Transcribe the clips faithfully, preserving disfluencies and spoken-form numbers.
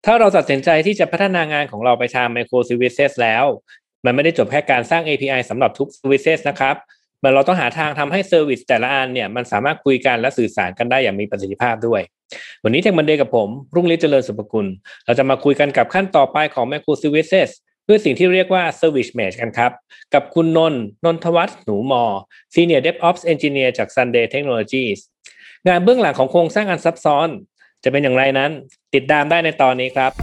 ถ้าเราตัดสินใจที่จะพัฒนางานของเราไปทาง Microservices แล้วมันไม่ได้จบแค่การสร้าง เอ พี ไอ สำหรับทุก Services นะครับมันเราต้องหาทางทำให้ Service แต่ละอันเนี่ยมันสามารถคุยกันและสื่อสารกันได้อย่างมีประสิทธิภาพด้วยวันนี้ Tech Monday กับผมรุ่งฤทธิ์เจริญสุภกุลเราจะมาคุยกันกับขั้นต่อไปของ Microservices ด้วยสิ่งที่เรียกว่า Service Mesh กันครับกับคุณนนท์นนทวัฒน์หนูมอ Senior DevOps Engineer จาก Sunday Technologies งานเบื้องหลังของโครงสร้างอันซับซ้อนจะเป็นอย่างไรนั้นติดตามได้ในตอนนี้ครับ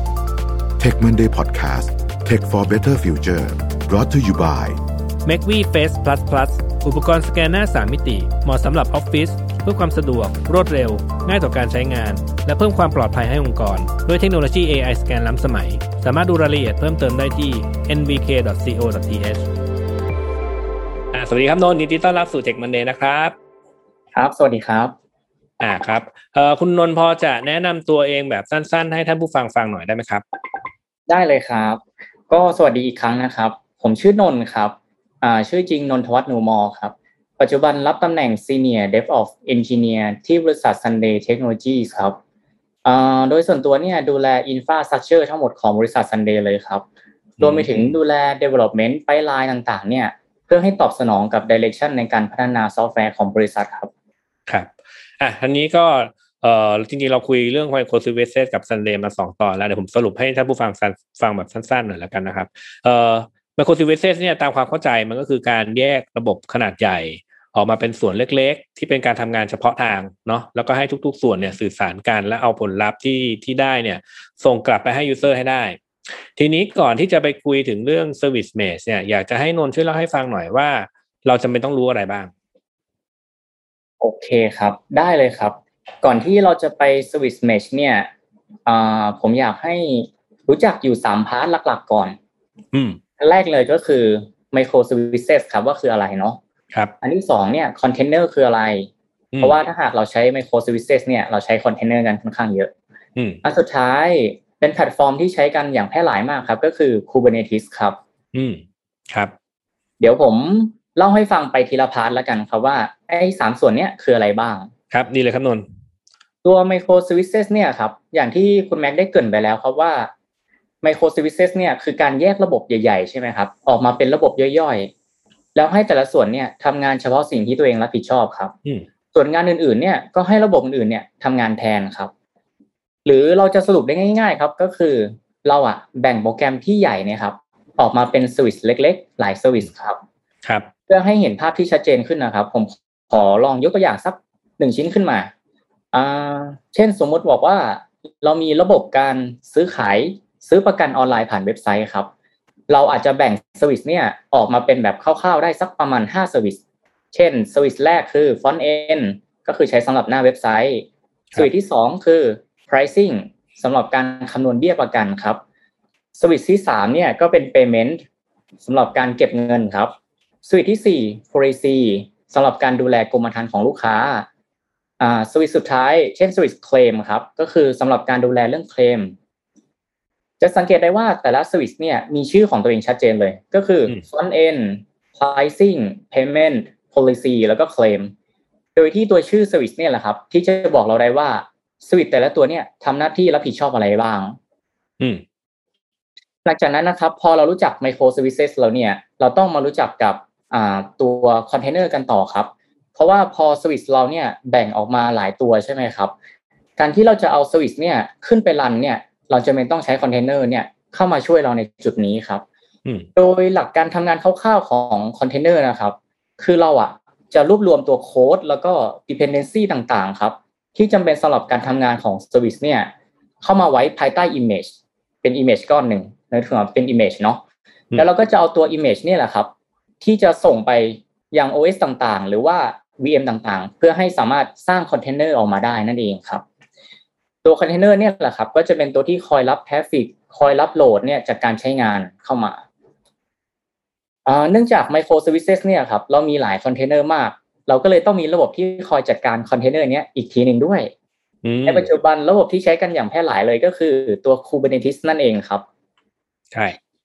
Tech Monday Podcast Tech for Better Future brought to you by Macvi Face Plus Plus อุปกรณ์สแกนหน้าสามมิติเหมาะสำหรับออฟฟิศเพื่อความสะดวกรวดเร็วง่ายต่อการใช้งานและเพิ่มความปลอดภัยให้องค์กรด้วยเทคโนโลยี เอ ไอ สแกนล้ำสมัยสามารถดูรายละเอียดเพิ่มเติมได้ที่ เอ็น บี เค ดอท ซี โอ ดอท ที เอช อ่าสวัสดีครับนนท์ยินดีต้อนรับสู่ Tech Monday นะครับครับสวัสดีครับอ่าครับเอ่อคุณนนท์พอจะแนะนำตัวเองแบบสั้นๆให้ท่านผู้ฟังฟังหน่อยได้ไหมครับได้เลยครับก็สวัสดีอีกครั้งนะครับผมชื่อนนท์ครับอ่าชื่อจริงนนทวัฒน์หนูมอครับปัจจุบันรับตำแหน่ง Senior DevOps Engineer ที่บริษัท Sunday Technologies ครับอ่าโดยส่วนตัวเนี่ยดูแล Infrastructure ทั้งหมดของบริษัท Sunday เลยครับรวมไปถึงดูแล Development Pipeline ต่างๆเนี่ยเพื่อให้ตอบสนองกับ Direction ในการพัฒนาซอฟต์แวร์ของบริษัทครับครับอ่ะอันนี้ก็เอ่อจริงๆเราคุยเรื่อง Microservices กับ Sunday มาสองตอนแล้วเดี๋ยวผมสรุปให้ท่านผู้ฟังฟังแบบสั้นๆหน่อยแล้วกันนะครับเอ่อ Microservices เนี่ยตามความเข้าใจมันก็คือการแยกระบบขนาดใหญ่ออกมาเป็นส่วนเล็กๆที่เป็นการทำงานเฉพาะทางเนาะแล้วก็ให้ทุกๆส่วนเนี่ยสื่อสารกันและเอาผลลัพธ์ที่ที่ได้เนี่ยส่งกลับไปให้ user ให้ได้ทีนี้ก่อนที่จะไปคุยถึงเรื่อง Service Mesh เนี่ยอยากจะให้นนท์ช่วยเล่าให้ฟังหน่อยว่าเราจำเป็นต้องรู้อะไรบ้างโอเคครับได้เลยครับก่อนที่เราจะไป Service Mesh เนี่ยอ่าผมอยากให้รู้จักอยู่สามพาร์ทหลักๆก่อนอืมอันแรกเลยก็คือ Microservices ครับว่าคืออะไรเนาะครับอันที่สองเนี่ย Container คืออะไรเพราะว่าถ้าหากเราใช้ Microservices เนี่ยเราใช้ Container กันค่อนข้างเยอะอืมอันสุดท้ายเป็นแพลตฟอร์มที่ใช้กันอย่างแพร่หลายมากครับก็คือ Kubernetes ครับอืมครับเดี๋ยวผมเล่าให้ฟังไปทีละพาร์ทแล้วกันครับว่าไอ้สามส่วนเนี้ยคืออะไรบ้างครับดีเลยครับนนท์ตัว Microservices เนี่ยครับอย่างที่คุณแม็กได้เกริ่นไปแล้วครับว่า Microservices เนี่ยคือการแยกระบบใหญ่ๆใช่ไหมครับออกมาเป็นระบบย่อยๆแล้วให้แต่ละส่วนเนี่ยทำงานเฉพาะสิ่งที่ตัวเองรับผิดชอบครับส่วนงานอื่นๆเนี่ยก็ให้ระบบอื่นๆเนี่ยทำงานแทนครับหรือเราจะสรุปได้ง่ายๆครับก็คือเราอะแบ่งโปรแกรมที่ใหญ่เนี่ยครับออกมาเป็นสวิตช์เล็กๆหลายสวิตช์ครับครับเพื่อให้เห็นภาพที่ชัดเจนขึ้นนะครับผมขอลองยกตัวอย่างสักหนึ่งชิ้นขึ้นมาอ่าเช่นสมมติบอกว่าเรามีระบบการซื้อขายซื้อประกันออนไลน์ผ่านเว็บไซต์ครับเราอาจจะแบ่งเซอร์วิสเนี่ยออกมาเป็นแบบคร่าวๆได้สักประมาณห้าเซอร์วิสเช่นเซอร์วิสแรกคือ Front End ก็คือใช้สำหรับหน้าเว็บไซต์เซอร์วิสที่สองคือ Pricing สำหรับการคำนวณเบี้ยประกันครับเซอร์วิสที่สามเนี่ยก็เป็น Payment สำหรับการเก็บเงินครับสวิตที่สี่ Policy สำหรับการดูแลกรมธรรม์ของลูกค้าอ่าสวิตสุดท้ายเช่นสวิต Claim ครับก็คือสำหรับการดูแลเรื่องเคลมจะสังเกตได้ว่าแต่ละสวิตเนี่ยมีชื่อของตัวเองชัดเจนเลยก็คือ Front End Pricing Payment Policy แล้วก็ Claim โดยที่ตัวชื่อสวิตเนี่ยแหละครับที่จะบอกเราได้ว่าสวิตแต่ละตัวเนี่ยทำหน้าที่รับผิดชอบอะไรบ้างอืมหลังจากนั้นนะครับพอเรารู้จัก Microservices แล้วเนี่ยเราต้องมารู้จักกับอ่าตัว Container กันต่อครับเพราะว่าพอ Service เราเนี่ยแบ่งออกมาหลายตัวใช่ไหมครับการที่เราจะเอา Service เนี่ยขึ้นไปรันเนี่ยเราจะไม่ต้องใช้ Container เนี่ยเข้ามาช่วยเราในจุดนี้ครับโดยหลักการทำงานคร่าวๆของ Container นะครับคือเราอ่ะจะรวบรวมตัวโค้ดแล้วก็ dependency ต่างๆครับที่จำเป็นสำหรับการทำงานของ Service เนี่ยเข้ามาไว้ภายใต้ image เป็น image ก้อนหนึ่งในส่วนเป็น image เนาะแล้วเราก็จะเอาตัว image เนี่ยแหละครับที่จะส่งไปยัง โอ เอส ต่างๆหรือว่า วี เอ็ม ต่างๆเพื่อให้สามารถสร้างคอนเทนเนอร์ออกมาได้นั่นเองครับตัวคอนเทนเนอร์เนี่ยแหละครับก็จะเป็นตัวที่คอยรับทราฟฟิกคอยรับโหลดเนี่ยจากการใช้งานเข้ามาอ่าเนื่องจาก Microservices เนี่ยครับเรามีหลายคอนเทนเนอร์มากเราก็เลยต้องมีระบบที่คอยจัดการคอนเทนเนอร์เนี้ยอีกทีนึงด้วยในปัจจุบันระบบที่ใช้กันอย่างแพร่หลายเลยก็คือตัว Kubernetes นั่นเองครับใช่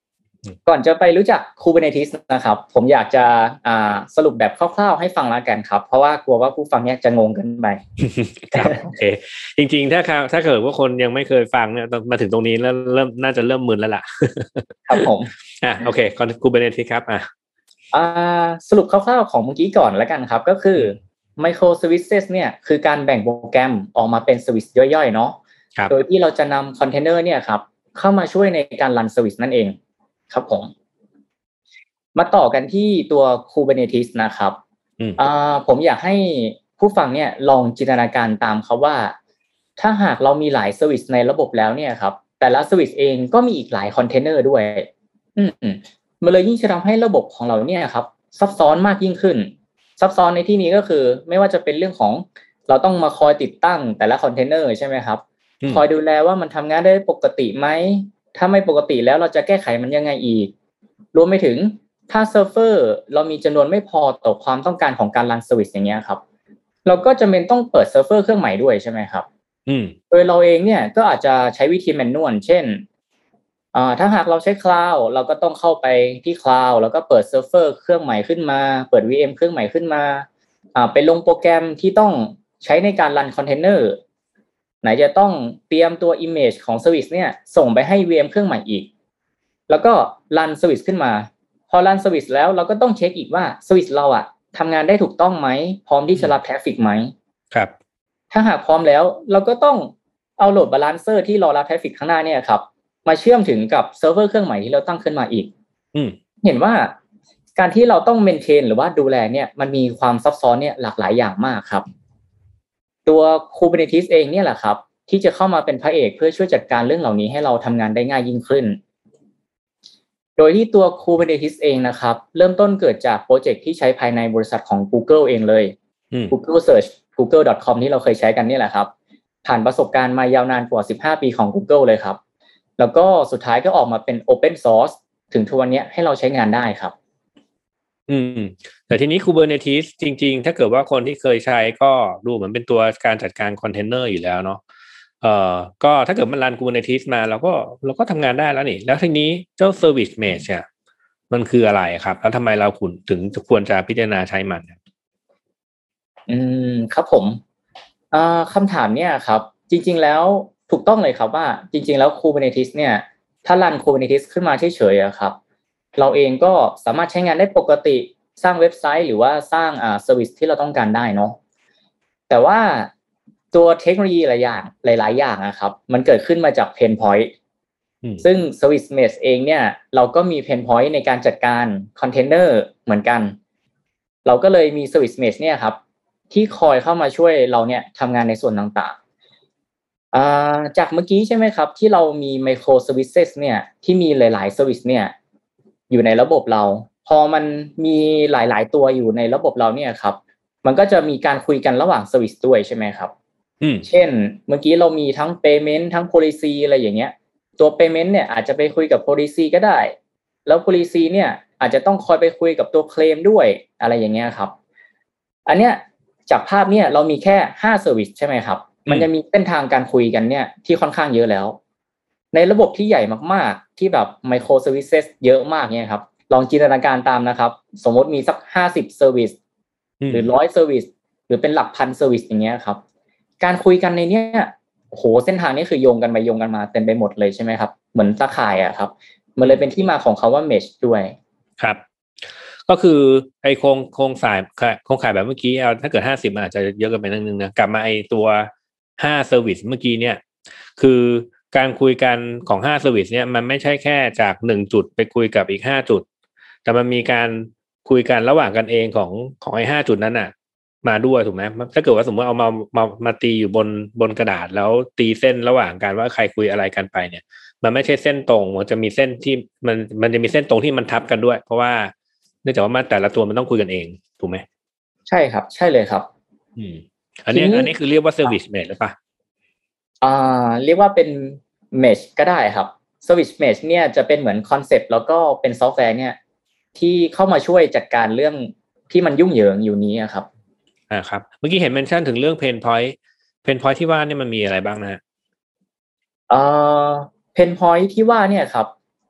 ก่อนจะไปรู้จัก Kubernetes นะครับผมอยากจะอ่าสรุปแบบคร่าวๆให้ฟังแล้วกันครับเพราะว่ากลัวว่าผู้ฟังเนี่ยจะงงกันไปครับโอเคจริงๆถ้าถ้าเกิดว่าคนยังไม่เคยฟังเนี่ยมาถึงตรงนี้แล้วเริ่มน่าจะเริ่มมึนแล้วล่ะครับผมอ่ะโอเค Kubernetes ครับอ่ะอ่าสรุปคร่าวๆของเมื่อกี้ก่อนแล้วกันครับก็คือ Micro Services เนี่ยคือการแบ่งโปรแกรมออกมาเป็นสวิตช์ย่อยๆเนาะโดยที่เราจะนำคอนเทนเนอร์เนี่ยครับเข้ามาช่วยในการรันสวิตช์นั่นเองครับผมมาต่อกันที่ตัว Kubernetes นะครับอ่าผมอยากให้ผู้ฟังเนี่ยลองจินตนาการตามครับว่าถ้าหากเรามีหลายเซอร์วิสในระบบแล้วเนี่ยครับแต่ละเซอร์วิสเองก็มีอีกหลายคอนเทนเนอร์ด้วยอืมมันเลยยิ่งจะทำให้ระบบของเราเนี่ยครับซับซ้อนมากยิ่งขึ้นซับซ้อนในที่นี้ก็คือไม่ว่าจะเป็นเรื่องของเราต้องมาคอยติดตั้งแต่ละคอนเทนเนอร์ใช่ไหมครับคอยดูแลว่ามันทำงานได้ปกติไหมถ้าไม่ปกติแล้วเราจะแก้ไขมันยังไงอีกรวมไปถึงถ้าเซิร์ฟเวอร์เรามีจำนวนไม่พอต่อความต้องการของการรันเซอร์วิสอย่างเงี้ยครับเราก็จำเป็นต้องเปิดเซิร์ฟเวอร์เครื่องใหม่ด้วยใช่ไหมครับโดยเราเองเนี่ยก็อาจจะใช้วิธีแมนนวลเช่นอ่าถ้าหากเราใช้คลาวด์เราก็ต้องเข้าไปที่คลาวด์แล้วก็เปิดเซิร์ฟเวอร์เครื่องใหม่ขึ้นมาเปิด วี เอ็ม เครื่องใหม่ขึ้นมาอ่าไปลงโปรแกรมที่ต้องใช้ในการรันคอนเทนเนอร์ไหนจะต้องเตรียมตัว image ของเซอร์วิสเนี่ยส่งไปให้ วี เอ็ม เครื่องใหม่อีกแล้วก็รันเซอร์วิสขึ้นมาพอรันเซอร์วิสแล้วเราก็ต้องเช็คอีกว่าเซอร์วิสเราอะทำงานได้ถูกต้องไหมพร้อมที่จะรับทราฟฟิกไหมครับถ้าหากพร้อมแล้วเราก็ต้องเอาโหลดบาลานเซอร์ที่รอรับทราฟฟิกข้างหน้าเนี่ยครับมาเชื่อมถึงกับเซิร์ฟเวอร์เครื่องใหม่ที่เราตั้งขึ้นมาอีกเห็นว่าการที่เราต้องเมนเทนหรือว่าดูแลเนี่ยมันมีความซับซ้อนเนี่ยหลากหลายอย่างมากครับตัว Kubernetes เองเนี่ยแหละครับที่จะเข้ามาเป็นพระเอกเพื่อช่วยจัดการเรื่องเหล่านี้ให้เราทำงานได้ง่ายยิ่งขึ้นโดยที่ตัว Kubernetes เองนะครับเริ่มต้นเกิดจากโปรเจกต์ที่ใช้ภายในบริษัทของ Google เองเลย Google Searchกูเกิล ดอท คอม ที่เราเคยใช้กันนี่แหละครับผ่านประสบการณ์มายาวนานกว่าสิบห้าปีของ Google เลยครับแล้วก็สุดท้ายก็ออกมาเป็น Open Source ถึงทุกวันนี้ให้เราใช้งานได้ครับอืมแต่ทีนี้ Kubernetes จริงๆถ้าเกิดว่าคนที่เคยใช้ก็ดูเหมือนเป็นตัวการจัดการคอนเทนเนอร์อยู่แล้วเนาะเอ่อก็ถ้าเกิดมันรัน Kubernetes มาเราก็เราก็ทำงานได้แล้วนี่แล้วทีนี้เจ้า Service Mesh เนี่ยมันคืออะไรครับแล้วทำไมเราถึงควรจะพิจารณาใช้มันอืมครับผมอ่าคำถามเนี่ยครับจริงๆแล้วถูกต้องเลยครับว่าจริงๆแล้ว Kubernetes เนี่ยถ้ารัน Kubernetes ขึ้นมาเฉยๆอะครับเราเองก็สามารถใช้งานได้ปกติสร้างเว็บไซต์หรือว่าสร้างอ่าเซอร์วิสที่เราต้องการได้เนาะแต่ว่าตัวเทคโนโลยีหลายอย่างหลายๆอย่างนะครับมันเกิดขึ้นมาจาก Pain Point ซึ่ง Service Mesh เองเนี่ยเราก็มี Pain Point ในการจัดการคอนเทนเนอร์เหมือนกันเราก็เลยมี Service Mesh เนี่ยครับที่คอยเข้ามาช่วยเราเนี่ยทำงานในส่วนต่างๆอ่าจากเมื่อกี้ใช่ไหมครับที่เรามี Micro Services เนี่ยที่มีหลายๆ Service เนี่ยอยู่ในระบบเราพอมันมีหลายๆตัวอยู่ในระบบเราเนี่ยครับมันก็จะมีการคุยกันระหว่าง Service ด้วยใช่ไหมครับเช่นเมื่อกี้เรามีทั้ง Payment ทั้ง Policy อะไรอย่างเงี้ยตัว Payment เนี่ยอาจจะไปคุยกับ Policy ก็ได้แล้ว Policy เนี่ยอาจจะต้องคอยไปคุยกับตัว Claim ด้วยอะไรอย่างเงี้ยครับอันเนี้ยจากภาพเนี่ยเรามีแค่ห้า Service ใช่ไหมครับมันจะมีเส้นทางการคุยกันเนี่ยที่ค่อนข้างเยอะแล้วในระบบที่ใหญ่มากๆที่แบบ Micro Services เยอะมากเนี่ยครับลองจินตนาการตามนะครับสมมติมีสักห้าสิบ Service หรือหนึ่งร้อย Service หรือเป็นหลักพัน Service อย่างเงี้ยครับการคุยกันในเนี้ยโหเส้นทางนี้คือโยงกันไปโยงกันมาเต็มไปหมดเลยใช่ไหมครับเหมือนตะข่ายอะครับมันเลยเป็นที่มาของคำว่า mesh ด้วยครับก็คือไอโครงโครงสายโครงข่ายแบบเมื่อกี้เอาถ้าเกิดห้าสิบมันอาจจะเยอะเกินไปนิดนึงนะกลับมาไอตัวห้า service เมื่อกี้เนี่ยคือการคุยกันของห้า service เนี่ยมันไม่ใช่แค่จากหนึ่งจุดไปคุยกับอีกห้าจุดแต่มันมีการคุยกันระหว่างกันเองของของไอห้าจุดนั้นน่ะมาด้วยถูกไหมถ้าเกิดว่าสมมติเอามามามาตีอยู่บนบนกระดาษแล้วตีเส้นระหว่างกันว่าใครคุยอะไรกันไปเนี่ยมันไม่ใช่เส้นตรงมันจะมีเส้นที่มันมันจะมีเส้นตรงที่มันทับกันด้วยเพราะว่าเนื่องจากว่าแต่ละตัวมันต้องคุยกันเองถูกไหมใช่ครับใช่เลยครับอืมอันนี้อันนี้คือเรียกว่า service mesh หรือเปล่าอ่าเรียกว่าเป็น mesh ก็ได้ครับ service mesh เนี่ยจะเป็นเหมือนคอนเซ็ปต์แล้วก็เป็นซอฟต์แวร์เนี่ยที่เข้ามาช่วยจัดการเรื่องที่มันยุ่งเหยิงอยู่นี้ครับอ่าครับเมื่อกี้เห็นเมนชั่นถึงเรื่อง pain point pain point ที่ว่านี่มันมีอะไรบ้างนะฮะอ่า pain point ที่ว่าเนี่ยครับ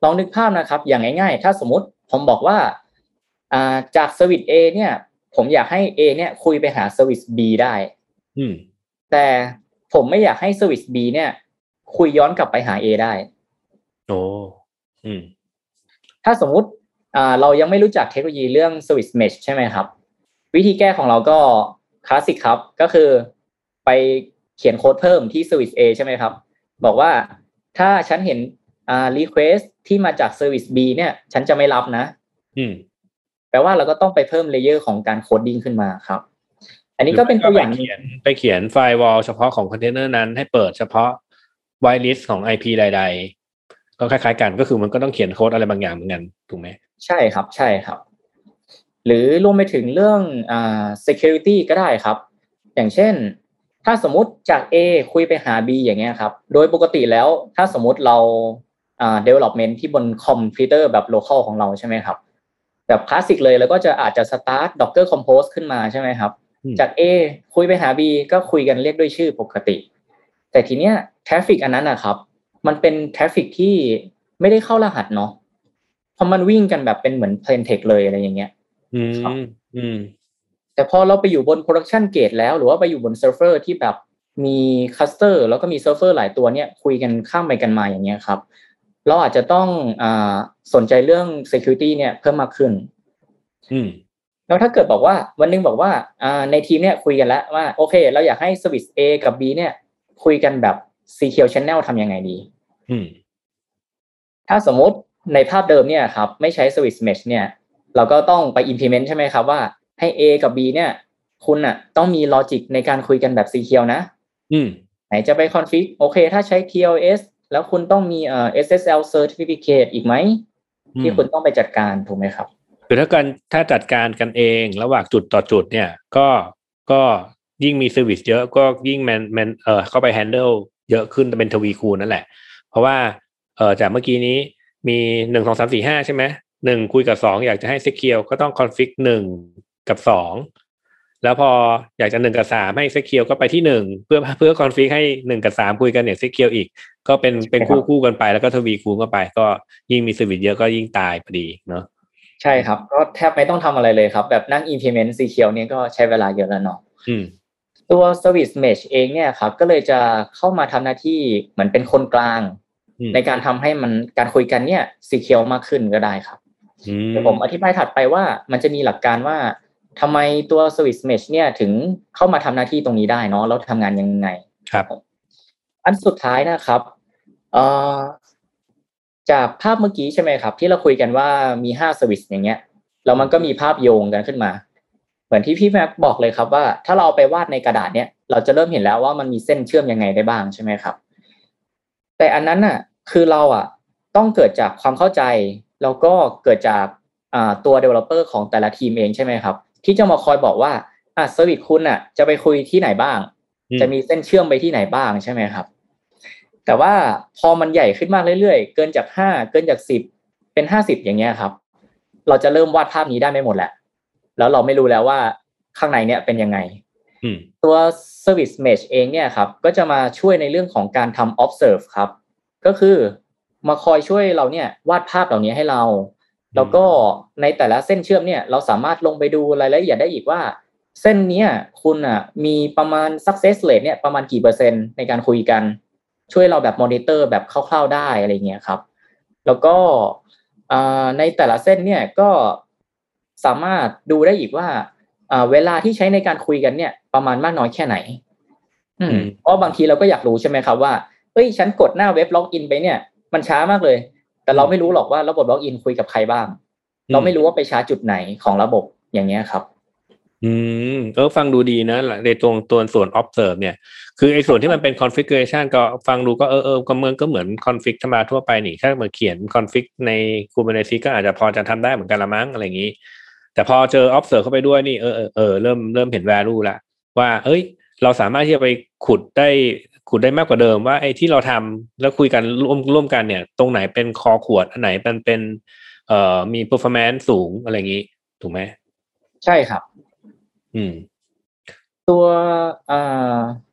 ลองนึกภาพนะครับอย่างง่ายๆถ้าสมมติผมบอกว่าอ่าจากเซอร์วิส A เนี่ยผมอยากให้ A เนี่ยคุยไปหาเซอร์วิส B ได้อืมแต่ผมไม่อยากให้เซอร์วิส B เนี่ยคุยย้อนกลับไปหา A ได้โอ้อืมถ้าสมมุติอ่าเรายังไม่รู้จักเทคโนโลยีเรื่อง Service Mesh ใช่ไหมครับวิธีแก้ของเราก็คลาสสิกครับก็คือไปเขียนโค้ดเพิ่มที่ Service A ใช่ไหมครับบอกว่าถ้าฉันเห็นอ่า request ที่มาจาก Service B เนี่ยฉันจะไม่รับนะอืมแปลว่าเราก็ต้องไปเพิ่มเลเยอร์ของการโคดดิ้งขึ้นมาครับอันนี้ก็เป็นตัวอย่างไปเขียนไปเขียนไฟล์วอลเฉพาะของคอนเทนเนอร์นั้นให้เปิดเฉพาะ whitelist ของ ไอ พี ใดๆก็คล้ายๆกันก็คือมันก็ต้องเขียนโค้ดอะไรบางอย่างเหมือนกันถูกไหมใช่ครับใช่ครับหรือรวมไปถึงเรื่องอ่า security ก็ได้ครับอย่างเช่นถ้าสมมุติจาก A คุยไปหา B อย่างเงี้ยครับโดยปกติแล้วถ้าสมมุติเราอ่า development ที่บนคอมพิวเตอร์แบบ local ของเราใช่ไหมครับแบบคลาสสิกเลยแล้วก็จะอาจจะ start docker compose ขึ้นมาใช่ไหมครับจาก A คุยไปหา B ก็คุยกันเรียกด้วยชื่อปกติแต่ทีเนี้ย traffic อันนั้นนะครับมันเป็น traffic ที่ไม่ได้เข้ารหัสเนาะเพราะมันวิ่งกันแบบเป็นเหมือน plain text เลยอะไรอย่างเงี้ยอืมอืมแต่พอเราไปอยู่บน production gate แล้วหรือว่าไปอยู่บนเซิร์ฟเวอร์ที่แบบมีคลัสเตอร์แล้วก็มีเซิร์ฟเวอร์หลายตัวเนี่ยคุยกันข้ามไปกันมาอย่างเงี้ยครับเราอาจจะต้องอ่าสนใจเรื่อง security เนี่ยเพิ่มมากขึ้นอืมแล้วถ้าเกิดบอกว่าวันนึงบอกว่าอ่าในทีมเนี่ยคุยกันแล้วว่าโอเคเราอยากให้ service A กับ B เนี่ยคุยกันแบบ secure channel ทำยังไงดีอืมถ้าสมมติในภาพเดิมเนี่ยครับไม่ใช้ service mesh เนี่ยเราก็ต้องไป implement ใช่ไหมครับว่าให้ A กับ B เนี่ยคุณน่ะต้องมี logic ในการคุยกันแบบ secure นะอืมไหนจะไป config โอเคถ้าใช้ ที แอล เอส แล้วคุณต้องมีเอ่อ เอส เอส แอล certificate อีกไหมที่คุณต้องไปจัดการถูกไหมครับคือถ้าการถ้าจัดการกันเองระหว่างจุดต่อจุดเนี่ยก็ก็ยิ่งมีเซอร์วิสเยอะก็ยิ่งแมนแมนเอ่อเข้าไป handle เยอะขึ้นเป็นทวีคูณนั่นแหละเพราะว่าเอ่อจากเมื่อกี้นี้มีหนึ่งสองสามสี่ห้าใช่ไหมหนึ่งคุยกับสองอยากจะให้ secure ก็ต้อง config หนึ่งกับสองแล้วพออยากจะหนึ่งกับสามให้ secure ก็ไปที่หนึ่งเพื่อเพื่อ config ให้หนึ่งกับสามคุยกันเนี่ย secure อีกก็เป็นเป็นคู่คู่กันไปแล้วก็ทวีคูณกันไปก็ยิ่งมีเซอร์วิสเยอะก็ยิ่งตายพอดีเนาะใช่ครับก็แทบไม่ต้องทำอะไรเลยครับแบบนั่ง implement secure เนี่ยก็ใช้เวลาเยอะแล้วเนาะตัว service mesh เองเนี่ยครับก็เลยจะเข้ามาทำหน้าที่เหมือนเป็นคนกลางในการทำให้มันการคุยกันเนี่ย secure มากขึ้นก็ได้ครับเดี๋ยวผมอธิบายถัดไปว่ามันจะมีหลักการว่าทำไมตัว service mesh เนี่ยถึงเข้ามาทำหน้าที่ตรงนี้ได้เนาะแล้วทำงานยังไงครับอันสุดท้ายนะครับเอ่อจากภาพเมื่อกี้ใช่ไหมครับที่เราคุยกันว่ามีห้า service อย่างเงี้ยแล้วมันก็มีภาพโยงกันขึ้นมาเหมือนที่พี่แม็กบอกเลยครับว่าถ้าเราไปวาดในกระดาษเนี่ยเราจะเริ่มเห็นแล้วว่ามันมีเส้นเชื่อมยังไงได้บ้างใช่ไหมครับแต่อันนั้นน่ะคือเราอ่ะต้องเกิดจากความเข้าใจแล้วก็เกิดจากอ่าตัว developer ของแต่ละทีมเองใช่ไหมครับที่จะมาคอยบอกว่าอ่ะ service คุณน่ะจะไปคุยที่ไหนบ้างจะมีเส้นเชื่อมไปที่ไหนบ้างใช่ไหมครับแต่ว่าพอมันใหญ่ขึ้นมากเรื่อยๆเกินจากห้าเกินจากสิบเป็นห้าสิบอย่างเงี้ยครับเราจะเริ่มวาดภาพนี้ได้ไม่หมดแหละแล้วเราไม่รู้แล้วว่าข้างในเนี่ยเป็นยังไงตัว service mesh เองเนี่ยครับก็จะมาช่วยในเรื่องของการทำ observe ครับก็คือมาคอยช่วยเราเนี่ยวาดภาพเหล่านี้ให้เราแล้วก็ในแต่ละเส้นเชื่อมเนี่ยเราสามารถลงไปดูรายละเอียดได้อีกว่าเส้นนี้คุณอ่ะมีประมาณ success rate เนี่ยประมาณกี่เปอร์เซ็นต์ในการคุยกันช่วยเราแบบมอนิเตอร์แบบคร่าวๆได้อะไรเงี้ยครับแล้วก็ในแต่ละเส้นเนี่ยก็สามารถดูได้อีกว่าเวลาที่ใช้ในการคุยกันเนี่ยประมาณมากน้อยแค่ไหนอืมเพราะบางทีเราก็อยากรู้ใช่ไหมครับว่าเอ้ยฉันกดหน้าเว็บล็อกอินไปเนี่ยมันช้ามากเลยแต่เราไม่รู้หรอกว่าระบบล็อกอินคุยกับใครบ้างเราไม่รู้ว่าไปช้าจุดไหนของระบบอย่างเงี้ยครับอืมเออฟังดูดีนะในตรงตัวส่วน observe เนี่ยคือไอ้ส่วนที่มันเป็น configuration ก็ฟังดูก็เออเออก็เหมือนก็เหมือน config ธรรมดาทั่วไปนี่ถ้ามาเขียน config ใน Kubernetes ก็อาจจะพอจะทำได้เหมือนกันละมั้งอะไรอย่างนี้แต่พอเจอ observe เข้าไปด้วยนี่เออเออเออเริ่มเริ่มเห็น value ละว่าเอ้ยเราสามารถที่จะไปขุดได้ขุดได้มากกว่าเดิมว่าไอ้ที่เราทำแล้วคุยกันร่วมร่วมกันเนี่ยตรงไหนเป็นคอขวดอันไหนเป็นเป็นเอ่อมี performance สูงอะไรอย่างนี้ถูกไหมใช่ครับอืมตัวอ่า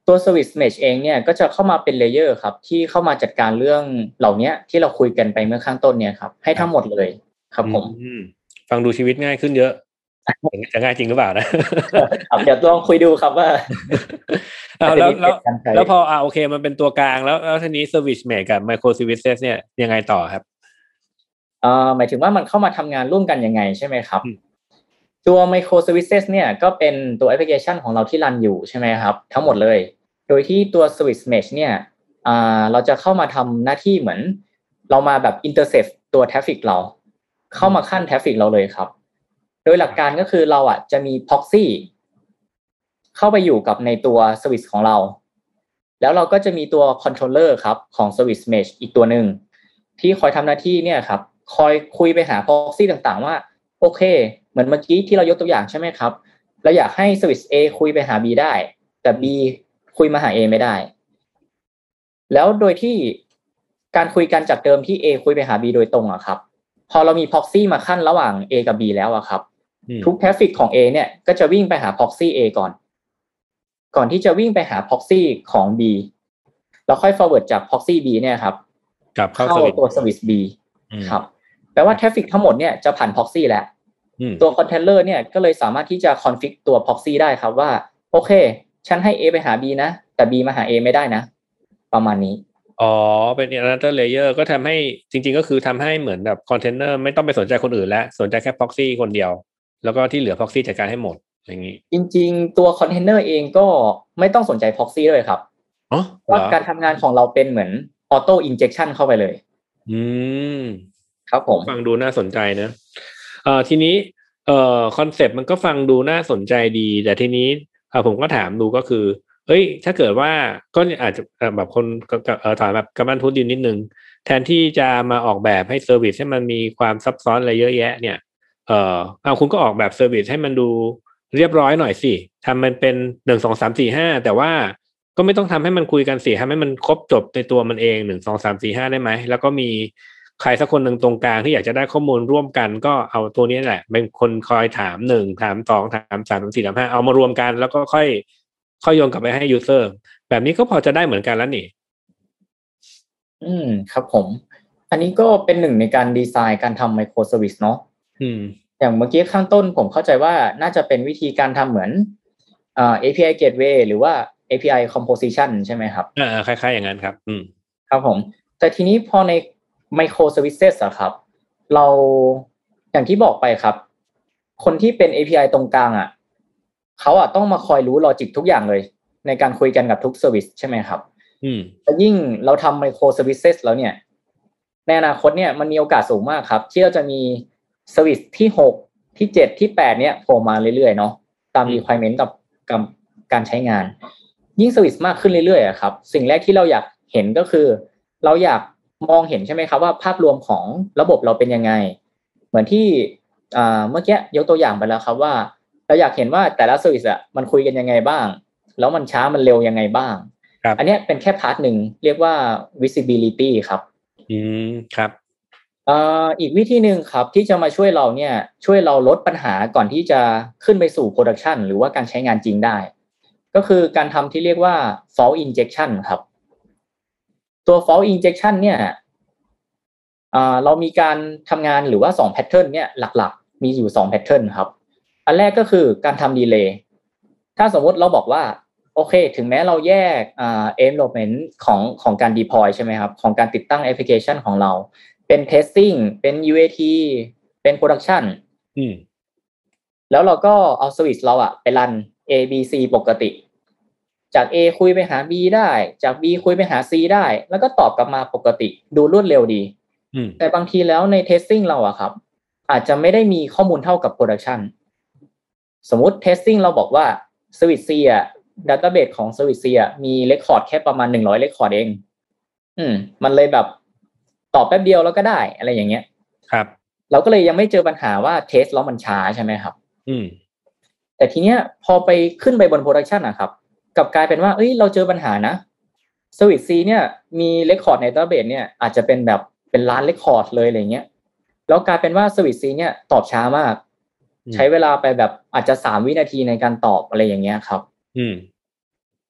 ตัว Service Mesh เองเนี่ยก็จะเข้ามาเป็นเลเยอร์ครับที่เข้ามาจัดการเรื่องเหล่านี้ที่เราคุยกันไปเมื่อข้างต้นเนี่ยครับให้ทั้งหมดเลยครับผมฟังดูชีวิตง่ายขึ้นเยอะจะง่ายจริงหรือเปล่านะครับเดี๋ยวลองคุยดูครับว่าเอาแล้วแล้วแล้วพออ่าโอเคมันเป็นตัวกลางแล้วแล้วทีนี้ Service Mesh กับ Micro Services เนี่ยยังไงต่อครับอ่าหมายถึงว่ามันเข้ามาทำงานร่วมกันยังไงใช่ไหมครับตัว Micro Services เนี่ยก็เป็นตัวแอปพลิเคชันของเราที่รันอยู่ใช่ไหมครับทั้งหมดเลยโดยที่ตัว Service Mesh เนี่ยอ่าเราจะเข้ามาทำหน้าที่เหมือนเรามาแบบ intercept ตัว traffic เราเข้ามาขั้น traffic เราเลยครับโดยหลักการก็คือเราอ่ะจะมี proxy เข้าไปอยู่กับในตัว service ของเราแล้วเราก็จะมีตัว controller ครับของ Service Mesh อีกตัวหนึ่งที่คอยทำหน้าที่เนี่ยครับคอยคุยไปหา proxy ต่างๆว่าโอเคเหมือนเมื่อกี้ที่เรายกตัวอย่างใช่ไหมครับเราอยากให้ Service A คุยไปหา B ได้แต่ B คุยมาหา A ไม่ได้แล้วโดยที่การคุยกันจากเดิมที่ A คุยไปหา B โดยตรงอะครับพอเรามี proxy มาขั้นระหว่าง A กับ B แล้วอะครับทุก traffic ของ A เนี่ยก็จะวิ่งไปหา proxy A ก่อนก่อนที่จะวิ่งไปหา proxy ของ B แล้วค่อย forward จาก proxy B เนี่ยครับกลับเข้าตัว service B ครับแปลว่า traffic ทั้งหมดเนี่ยจะผ่าน proxy แล้วตัว controller เนี่ยก็เลยสามารถที่จะ config ตัว proxy ได้ครับว่าโอเคฉันให้ A ไปหา B นะแต่ B มาหา A ไม่ได้นะประมาณนี้อ๋อเป็น another layer ก็ทำให้จริงๆก็คือทำให้เหมือนแบบ container ไม่ต้องไปสนใจคนอื่นแล้วสนใจแค่ proxy คนเดียวแล้วก็ที่เหลือ proxy จัดการให้หมดอย่างนี้จริงๆตัว container เองก็ไม่ต้องสนใจ proxy ด้วยครับอ๋อว่าการทำงานของเราเป็นเหมือน auto injection เข้าไปเลยอืมครับผมฟังดูน่าสนใจนะเอ่อทีนี้เอ่อคอนเซ็ปต์มันก็ฟังดูน่าสนใจดีแต่ทีนี้เอ่อผมก็ถามดูก็คือเอ้ยถ้าเกิดว่าก็อาจจะแบบคนเอ่อถามแบบกำลังทุนดินนิดนึงแทนที่จะมาออกแบบให้เซอร์วิสให้มันมีความซับซ้อนอะไรเยอะแยะเนี่ยเอ่อเอาคุณก็ออกแบบเซอร์วิสให้มันดูเรียบร้อยหน่อยสิทำมันเป็นหนึ่งสองสามสี่ห้าแต่ว่าก็ไม่ต้องทำให้มันคุยกันสิทำให้มันครบจบในตัวมันเองหนึ่งสองสามสี่ห้าได้ไหมแล้วก็มีใครสักคนหนึ่งตรงกลางที่อยากจะได้ข้อมูลร่วมกันก็เอาตัวนี้แหละเป็นคนคอยถามหนึ่งถามสองถามสามถามสี่ถามห้าเอามารวมกันแล้วก็ค่อยค่อยโยนกลับไปให้ยูเซอร์แบบนี้ก็พอจะได้เหมือนกันแล้วนี่อืมครับผมอันนี้ก็เป็นหนึ่งในการดีไซน์การทำไมโครเซอร์วิสเนาะอืมอย่างเมื่อกี้ข้างต้นผมเข้าใจว่าน่าจะเป็นวิธีการทำเหมือนอ่า เอ พี ไอ Gateway หรือว่า เอ พี ไอ Composition ใช่ไหมครับอ่าคล้ายๆอย่างนั้นครับอืมครับผมแต่ทีนี้พอใน Micro Services อะครับเราอย่างที่บอกไปครับคนที่เป็น เอ พี ไอ ตรงกลางอะเขาอะต้องมาคอยรู้ลอจิกทุกอย่างเลยในการคุยกันกับทุกเซอร์วิสใช่ไหมครับอืมแต่ยิ่งเราทำ Micro Services แล้วเนี่ยในอนาคตเนี่ยมันมีโอกาสสูงมากครับที่เราจะมีเซอร์วิสที่หกที่เจ็ดที่แปดเนี่ยโผล่มาเรื่อยๆเนาะตาม requirement กับกับการใช้งานยิ่งเซอร์วิสมากขึ้นเรื่อยๆอ่ะครับสิ่งแรกที่เราอยากเห็นก็คือเราอยากมองเห็นใช่ไหมครับว่าภาพรวมของระบบเราเป็นยังไงเหมือนที่อ่าเมื่อกี้ยกตัวอย่างไปแล้วครับว่าเราอยากเห็นว่าแต่ละเซอร์วิสอ่ะมันคุยกันยังไงบ้างแล้วมันช้ามันเร็วยังไงบ้างอันนี้เป็นแค่พาร์ทหนึ่งเรียกว่า visibility ครับอืมครับอ่าอีกวิธีหนึ่งครับที่จะมาช่วยเราเนี่ยช่วยเราลดปัญหาก่อนที่จะขึ้นไปสู่ production หรือว่าการใช้งานจริงได้ก็คือการทำที่เรียกว่า fault injection ครับตัว fault injection เนี่ยอ่าเรามีการทำงานหรือว่าสอง pattern เนี่ยหลักๆมีอยู่สอง pattern ครับอันแรกก็คือการทำ delay ถ้าสมมติเราบอกว่าโอเคถึงแม้เราแยกอ่า environment ของของการ deploy ใช่ไหมครับของการติดตั้งแอปพลิเคชันของเราเป็น testing เป็น ยู เอ ที เป็น production อืมแล้วเราก็เอา service เราอะไปรัน A B C ปกติจาก A คุยไปหา B ได้จาก B คุยไปหา C ได้แล้วก็ตอบกลับมาปกติดูรวดเร็วดีแต่บางทีแล้วใน testing เราอะครับอาจจะไม่ได้มีข้อมูลเท่ากับ production สมมุติ testing เราบอกว่า service C อะ database ของ service C อะมี record แค่ประมาณหนึ่งร้อย record เองอืมมันเลยแบบตอบแป๊บเดียวแล้วก็ได้อะไรอย่างเงี้ยครับเราก็เลยยังไม่เจอปัญหาว่าเทสแล้วมันช้าใช่ไหมครับอืมแต่ทีเนี้ยพอไปขึ้นไปบนโปรดักชันนะครับกลับกลายเป็นว่าเอ้ยเราเจอปัญหานะเซอร์วิส C เนี่ยมีเรคคอร์ดในดัตต้าเบสเนี่ยอาจจะเป็นแบบเป็นล้านเรคคอร์ดเลยอะไรเงี้ยแล้วกลายเป็นว่าเซอร์วิส C เนี่ยตอบช้ามากใช้เวลาไปแบบอาจจะสามวินาทีในการตอบอะไรอย่างเงี้ยครับอืม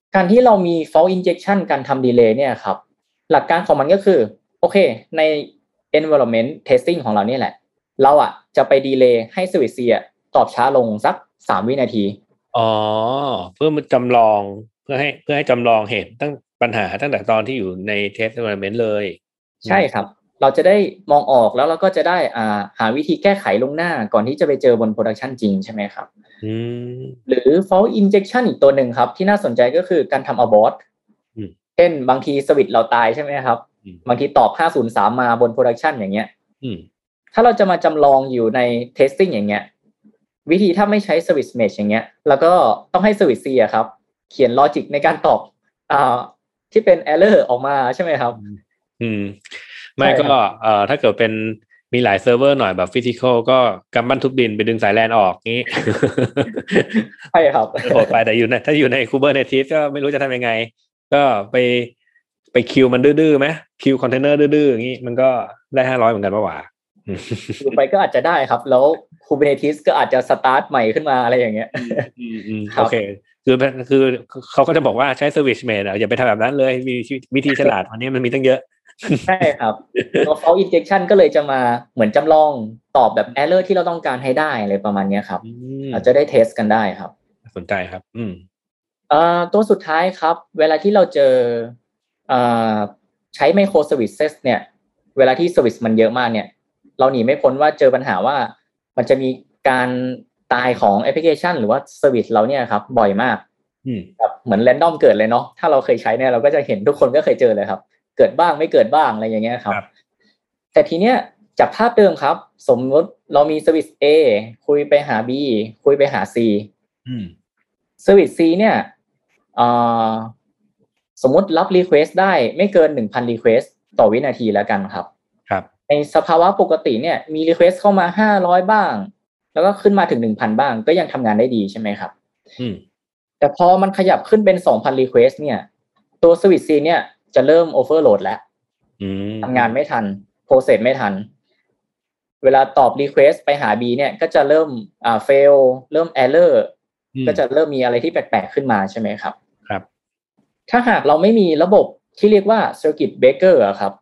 การที่เรามี fault injection การทำ delay เนี่ยครับหลักการของมันก็คือโอเคใน environment testing ของเราเนี่ยแหละเราอ่ะจะไป delay ให้ service C อ่ะตอบช้าลงสักสามวินาทีอ๋อเพื่อมาจำลองเพื่อให้เพื่อให้จำลองเหตุตั้งปัญหาตั้งแต่ตอนที่อยู่ใน test environment เลยใช่ครับเราจะได้มองออกแล้วเราก็จะได้อ่าหาวิธีแก้ไขลงหน้าก่อนที่จะไปเจอบน production จริงใช่ไหมครับอืมหรือ fault injection อีกตัวหนึ่งครับที่น่าสนใจก็คือการทำ abort เช่นบางทีสวิตช์เราตายใช่ไหมครับบางทีตอบห้าศูนย์สามมาบน production อย่างเงี้ยถ้าเราจะมาจำลองอยู่ใน testing อย่างเงี้ยวิธีถ้าไม่ใช้ service mesh อย่างเงี้ยแล้วก็ต้องให้ service C อะครับเขียน logic ในการตอบอ่าที่เป็น error ออกมาใช่ไหมครับอืมไม่ก็เอ่อถ้าเกิดเป็นมีหลายเซิร์ฟเวอร์หน่อยแบบฟิสิคอลก็กำบั้นทุบดินไปดึงสายแลนออกงี้ใช่ครับโหดไปแต่อยู่ในถ้าอยู่ใน Kubernetes ก็ไม่รู้จะทำยังไงก็ไปไปคิวมันดื้อๆไหมคิวคอนเทนเนอร์ดื้อๆอย่างงี้มันก็ได้ห้าร้อยเหมือนกันป่ะวะคิวไปก็อาจจะได้ครับแล้ว Kubernetes ก็อาจจะสตาร์ทใหม่ขึ้นมาอะไรอย่างเงี้ยโอเคคือคือเขาก็จะบอกว่าใช้ Service Mesh อ่ะอย่าไปทำแบบนั้นเลยมีวิธีฉลาดวันนี้มันมีตั้งเยอะใช่ครับตัว fault injection ก็เลยจะมาเหมือนจำลองตอบแบบ error ที่เราต้องการให้ได้อะไรประมาณนี้ครับเราจะได้เทสกันได้ครับสนใจครับอืมเอ่อตัวสุดท้ายครับเวลาที่เราเจอเอ่อใช้ micro services เนี่ยเวลาที่ service มันเยอะมากเนี่ยเราหนีไม่พ้นว่าเจอปัญหาว่ามันจะมีการตายของแอปพลิเคชันหรือว่า service เราเนี่ยครับบ่อยมากแบบเหมือน random เกิดเลยเนาะถ้าเราเคยใช้เนี่ยเราก็จะเห็นทุกคนก็เคยเจอเลยครับเกิดบ้างไม่เกิดบ้างอะไรอย่างเงี้ยครับแต่ทีเนี้ยจากภาพเดิมครับสมมติเรามี service A คุยไปหา B คุยไปหา C อืม service C เนี่ยอ่าสมมติรับ request ได้ไม่เกิน หนึ่งพัน request ต่อวินาทีแล้วกันครับครับในสภาวะปกติเนี่ยมี request เข้ามาห้าร้อยบ้างแล้วก็ขึ้นมาถึง หนึ่งพัน บ้างก็ยังทำงานได้ดีใช่ไหมครับอืมแต่พอมันขยับขึ้นเป็น สองพัน request เนี่ยตัว service C เนี่ยจะเริ่ม overload แล้วทำงานไม่ทัน process ไม่ทันเวลาตอบ request ไปหา B เนี่ยก็จะเริ่มอ่า fail เริ่ม error ก็จะเริ่มมีอะไรที่แปลกๆขึ้นมาใช่ไหมครับครับถ้าหากเราไม่มีระบบที่เรียกว่า circuit breaker อะครับ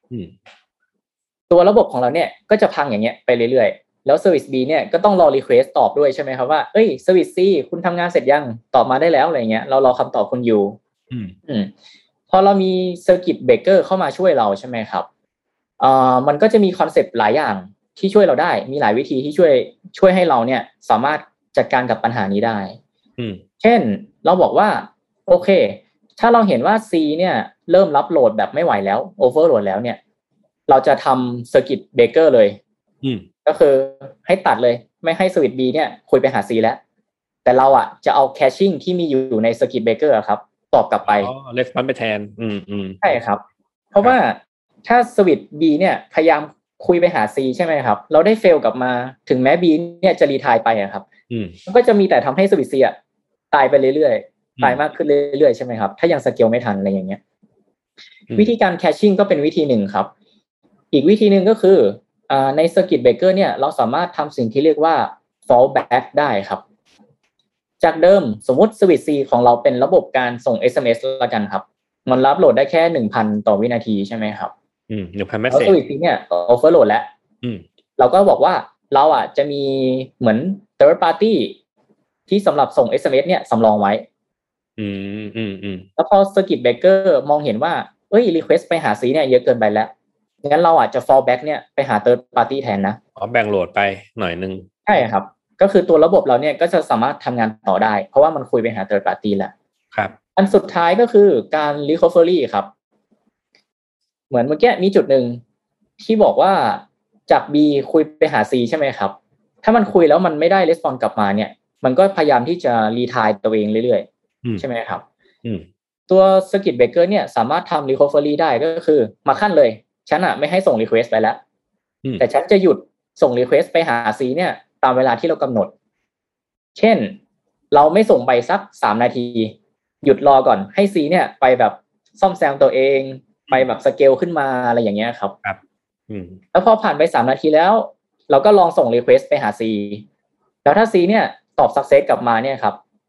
ตัวระบบของเราเนี่ยก็จะพังอย่างเงี้ยไปเรื่อยๆแล้ว service B เนี่ยก็ต้องรอ request ตอบด้วยใช่ไหมครับว่าเอ้ย service C คุณทำงานเสร็จยังตอบมาได้แล้วอะไรเงี้ยเรารอคำตอบคุณอยู่อืมอืมพอเรามี circuit breaker เข้ามาช่วยเราใช่ไหมครับอ่ามันก็จะมีคอนเซปต์หลายอย่างที่ช่วยเราได้มีหลายวิธีที่ช่วยช่วยให้เราเนี่ยสามารถจัดการกับปัญหานี้ได้อืมเช่นเราบอกว่าโอเคถ้าเราเห็นว่า C เนี่ยเริ่มรับโหลดแบบไม่ไหวแล้ว overload แล้วเนี่ยเราจะทำ circuit breaker เลยอืมก็คือให้ตัดเลยไม่ให้ switch B เนี่ยคุยไปหา C แล้วแต่เราอ่ะจะเอา caching ที่มีอยู่ใน circuit breaker อ่ะครับตอบกลับไปอ๋อ response ไปแทนอืมอืมใช่ครับเพราะว่าถ้า switch B เนี่ยพยายามคุยไปหา C ใช่ไหมครับเราได้ fail กลับมาถึงแม้ B เนี่ยจะ retry ไปอ่ะครับมันก็จะมีแต่ทำให้ switch C อ่ะตายไปเรื่อยๆตายมากขึ้นเรื่อยๆใช่ไหมครับถ้ายังสเกลไม่ทันอะไรอย่างเงี้ยวิธีการ caching ก็เป็นวิธีหนึ่งครับอีกวิธีหนึ่งก็คืออ่าใน circuit breaker เนี่ยเราสามารถทำสิ่งที่เรียกว่า fallback ได้ครับจากเดิมสมมุติ switch C ของเราเป็นระบบการส่ง เอส เอ็ม เอส ละกันครับมันรับโหลดได้แค่ หนึ่งพัน ต่อวินาทีใช่ไหมครับอืม หนึ่งพัน message แล้ว switch C เนี่ย overload แล้วอืมเราก็บอกว่าเราอ่ะจะมีเหมือน third party ที่สำหรับส่ง เอส เอ็ม เอส เนี่ยสำรองไว้อืมอืมอืมแล้วพอ circuit breaker มองเห็นว่าเอ้ย request ไปหา C เนี่ยเยอะเกินไปแล้วงั้นเราอาจจะ fallback เนี่ยไปหา third party แทนนะอ๋อแบ่งโหลดไปหน่อยนึงใช่ครับก็คือตัวระบบเราเนี่ยก็จะสามารถทำงานต่อได้เพราะว่ามันคุยไปหา third party แล้วครับอันสุดท้ายก็คือการ recovery ครับเหมือนเมื่อกี้มีจุดหนึ่งที่บอกว่าจาก B คุยไปหา C ใช่ไหมครับถ้ามันคุยแล้วมันไม่ได้ response กลับมาเนี่ยมันก็พยายามที่จะ retry ตัวเองเรื่อยๆใช่ไหมครับตัว circuit breaker เนี่ยสามารถทำ recovery ได้ก็คือมาขั้นเลยฉันอะไม่ให้ส่ง request ไปแล้วแต่ฉันจะหยุดส่ง request ไปหา C เนี่ยตามเวลาที่เรากำหนดเช่นเราไม่ส่งไปสักสามนาทีหยุดรอก่อนให้ C เนี่ยไปแบบซ่อมแซมตัวเองไปแบบสเกลขึ้นมาอะไรอย่างเงี้ยครับครับอืมแล้วพอผ่านไปสามนาทีแล้วเราก็ลองส่ง request ไปหา C แล้วถ้า C เนี่ยตอบ success กลับมาเนี่ยครับ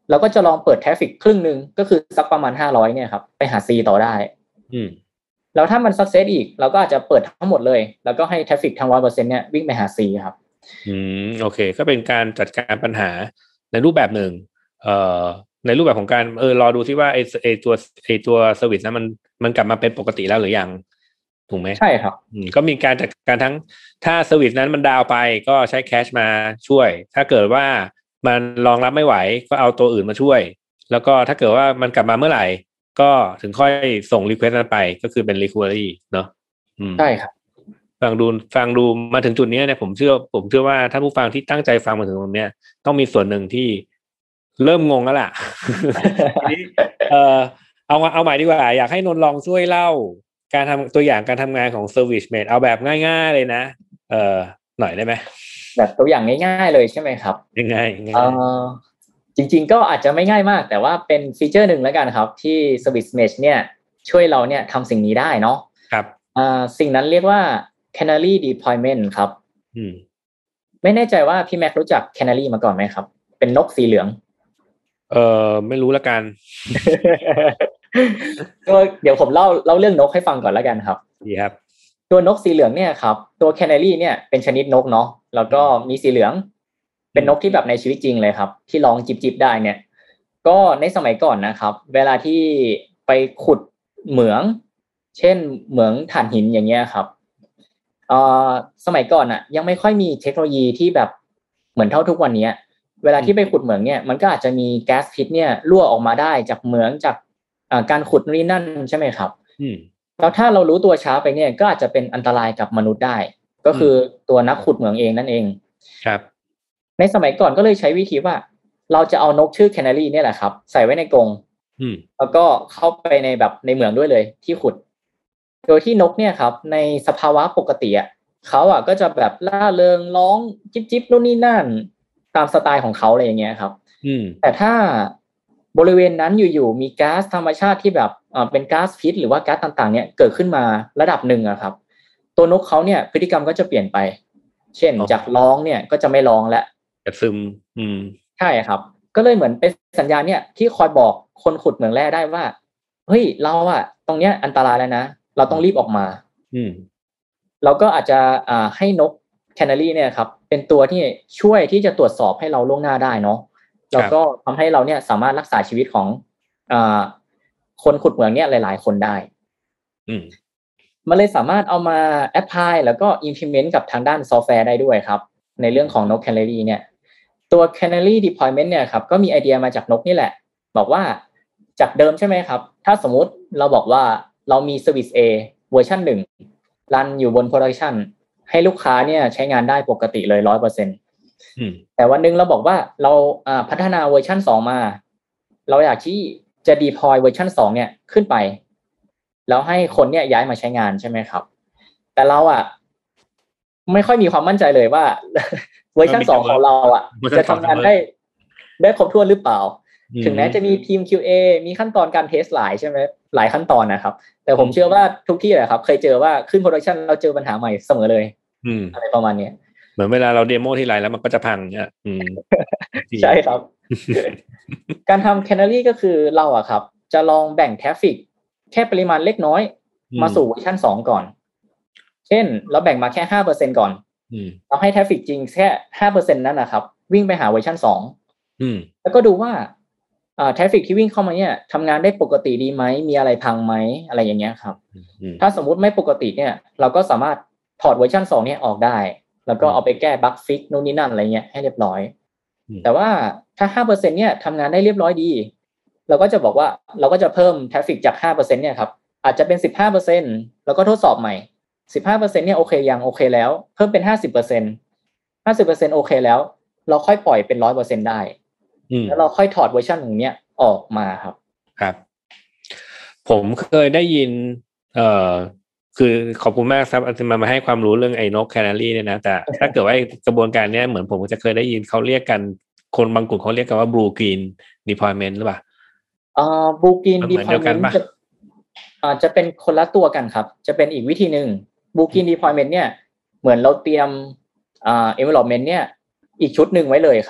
เราก็จะลองเปิดทราฟฟิกครึ่งนึงก็คือสักประมาณห้าร้อยเนี่ยครับไปหา C ต่อได้อืมแล้วถ้ามันซักเซสอีกเราก็อาจจะเปิดทั้งหมดเลยแล้วก็ให้ทราฟฟิกทั้ง หนึ่งร้อยเปอร์เซ็นต์ เนี่ยวิ่งไปหา C ครับอืมโอเคก็เป็นการจัดการปัญหาในรูปแบบหนึ่งเอ่อในรูปแบบของการเออรอดูที่ว่าไอ้ไอ้ตัวไอ้ตัวเซอร์วิสนั้นมันมันกลับมาเป็นปกติแล้วหรือยังถูกไหมใช่ครับก็มีการจัดการทั้งถ้าเซอร์วิสนั้นมันดาวไปก็ใช้แคชมาช่วยถ้าเกิดว่ามันรองรับไม่ไหวก็เอาตัวอื่นมาช่วยแล้วก็ถ้าเกิดว่ามันกลับมาเมื่อไหร่ก็ถึงค่อยส่งรีเควสต์นั้นไปก็คือเป็น recovery เนาะใช่ครับฟังดูฟังดูมาถึงจุดนี้เนี่ยผมเชื่อผมเชื่อว่าท่านผู้ฟังที่ตั้งใจฟังมาถึงตรงนี้ต้องมีส่วนหนึ่งที่เริ่มงงแล้วล่ะ เออเอาเอาใหม่ดีกว่าอยากให้นนท์ลองช่วยเล่าการทำตัวอย่างการทำงานของ Service Mesh เอาแบบง่ายๆเลยนะเออหน่อยได้ไหมแบบตัวอย่างง่ายๆเลยใช่ไหมครับง่ายๆเออจริงๆก็อาจจะไม่ง่ายมากแต่ว่าเป็นฟีเจอร์หนึ่งแล้วกันครับที่ Service Mesh เนี่ยช่วยเราเนี่ยทำสิ่งนี้ได้เนาะครับอ่าสิ่งนั้นเรียกว่า Canary Deployment ครับอืมไม่แน่ใจว่าพี่แม็กรู้จัก Canary มาก่อนไหมครับเป็นนกสีเหลืองเออไม่รู้ละกันก็เดี๋ยวผมเล่าเล่าเรื่องนกให้ฟังก่อนแล้วกันครับดีครับตัวนกสีเหลืองเนี่ยครับตัว Canary เนี่ยเป็นชนิดนกเนาะแล้วก็มีสีเหลืองเป็นนกที่แบบในชีวิตจริงเลยครับที่ร้องจิบๆได้เนี่ยก็ในสมัยก่อนนะครับเวลาที่ไปขุดเหมืองเช่นเหมืองถ่านหินอย่างเงี้ยครับเอ่อสมัยก่อนอ่ะยังไม่ค่อยมีเทคโนโลยีที่แบบเหมือนเท่าทุกวันนี้เวลาที่ไปขุดเหมืองเนี่ยมันก็อาจจะมีแก๊สพิษเนี่ยรั่วออกมาได้จากเหมืองจากการขุดนี่นั่นใช่ไหมครับแล้วถ้าเรารู้ตัวช้าไปเนี่ยก็อาจจะเป็นอันตรายกับมนุษย์ได้ก็คือตัวนักขุดเหมืองเองนั่นเองครับในสมัยก่อนก็เลยใช้วิธีว่าเราจะเอานกชื่อแคนารีเนี่ยแหละครับใส่ไว้ในกรงแล้วก็เข้าไปในแบบในเหมืองด้วยเลยที่ขุดโดยที่นกเนี่ยครับในสภาวะปกติอ่ะเขาอ่ะก็จะแบบล่าเริงร้องจิ๊บจิ๊บนู่นนี่นั่นตามสไตล์ของเขาอะไรอย่างเงี้ยครับแต่ถ้าบริเวณนั้นอยู่ๆมีก๊าซธรรมชาติที่แบบอ่าเป็นก๊าซพิษหรือว่าก๊าซต่างๆเนี่ยเกิดขึ้นมาระดับหนึ่งอะครับตัวนกเขาเนี่ยพฤติกรรมก็จะเปลี่ยนไปเช่นจากร้องเนี่ยก็จะไม่ร้องแล้วจะซึมอืมใช่ครับก็เลยเหมือนเป็นสัญญาณเนี่ยที่คอยบอกคนขุดเหมืองแร่ได้ว่าเฮ้ยเราอะตรงเนี้ยอันตรายแล้วนะเราต้องรีบออกมาอืมเราก็อาจจะอ่าให้นกแคนารีเนี่ยครับเป็นตัวที่ช่วยที่จะตรวจสอบให้เราล่วงหน้าได้เนาะแล้วก็ทำให้เราเนี่ยสามารถรักษาชีวิตของอ่าคนขุดเหมืองเนี่ยหลายๆคนได้อืมมันเลยสามารถเอามาแอพพลายแล้วก็ implement กับทางด้านซอฟต์แวร์ได้ด้วยครับในเรื่องของนกแคนารีเนี่ยตัว Canary Deployment เนี่ยครับก็มีไอเดียมาจากนกนี่แหละบอกว่าจากเดิมใช่ไหมครับถ้าสมมุติเราบอกว่าเรามี Service A เวอร์ชันหนึ่งรันอยู่บน Production ให้ลูกค้าเนี่ยใช้งานได้ปกติเลย หนึ่งร้อยเปอร์เซ็นต์อืมแต่วันนึงเราบอกว่าเราอ่าพัฒนาเวอร์ชันสองมาเราอยากที่จะ deploy เวอร์ชันสองเนี่ยขึ้นไปแล้วให้คนเนี่ยย้ายมาใช้งานใช่ไหมครับแต่เราอ่ะไม่ค่อยมีความมั่นใจเลยว่าเวอร์ชันสองของเราอ่ะจะทำงานได้ได้ครบถ้วนหรือเปล่าถึงแม้จะมีทีม คิว เอ มีขั้นตอนการเทสหลายใช่ไหมหลายขั้นตอนนะครับแต่ผมเชื่อว่าทุกที่แหละครับเคยเจอว่าขึ้นโปรดักชันเราเจอปัญหาใหม่เสมอเลยอะไรประมาณนี้เหมือนเวลาเราเดโมที่ไรแล้วมันก็จะพังเนี่ยใช่ครับการทำ Canary ก็คือเราอะครับจะลองแบ่งทราฟฟิกแค่ปริมาณเล็กน้อยมาสู่เวอร์ชันสองก่อนเช่นเราแบ่งมาแค่ ห้าเปอร์เซ็นต์ ก่อนเราให้ทราฟฟิกจริงแค่ ห้าเปอร์เซ็นต์ นั่นนะครับวิ่งไปหาเวอร์ชันสองแล้วก็ดูว่าอ่าทราฟฟิกที่วิ่งเข้ามาเนี่ยทำงานได้ปกติดีไหมมีอะไรพังไหมอะไรอย่างเงี้ยครับถ้าสมมุติไม่ปกติเนี่ยเราก็สามารถถอดเวอร์ชันสองเนี่ยออกได้แล้วก็เอาไปแก้บั๊กฟิกนู่นนี่นั่นอะไรเงี้ยให้เรียบร้อยแต่ว่าถ้า ห้าเปอร์เซ็นต์ เนี่ยทำงานได้เรียบร้อยดีเราก็จะบอกว่าเราก็จะเพิ่มทราฟฟิกจาก ห้าเปอร์เซ็นต์ เนี่ยครับอาจจะเป็น สิบห้าเปอร์เซ็นต์ แล้วก็ทดสอบใหม่ สิบห้าเปอร์เซ็นต์ เนี่ยโอเคยังโอเคแล้วเพิ่มเป็น ห้าสิบเปอร์เซ็นต์ ห้าสิบเปอร์เซ็นต์ โอเคแล้วเราค่อยปล่อยเป็น หนึ่งร้อยเปอร์เซ็นต์ ได้แล้วเราค่อยถอดเวอร์ชันของเนี้ยออกมาครับครับผมเคยได้ยินเอ่อคือขอบคุณมากครับที่มามาให้ความรู้เรื่องไอ้นกแคนารีเนี่ยนะแต่ถ้าเกิดว่ากระบวนการเนี้ยเหมือนผมจะเคยได้ยินเขารียกกันคนบางกลุ่มเขาเรียกกันว่า blue green deployment หรือเปล่าอ่า blue green deployment จะอ่าจะเป็นคนละตัวกันครับจะเป็นอีกวิธีนึง blue green deployment เนี่ยเหมือนเราเตรียมอ่า environment เนี่ยอีกชุดนึงไว้เลยครับ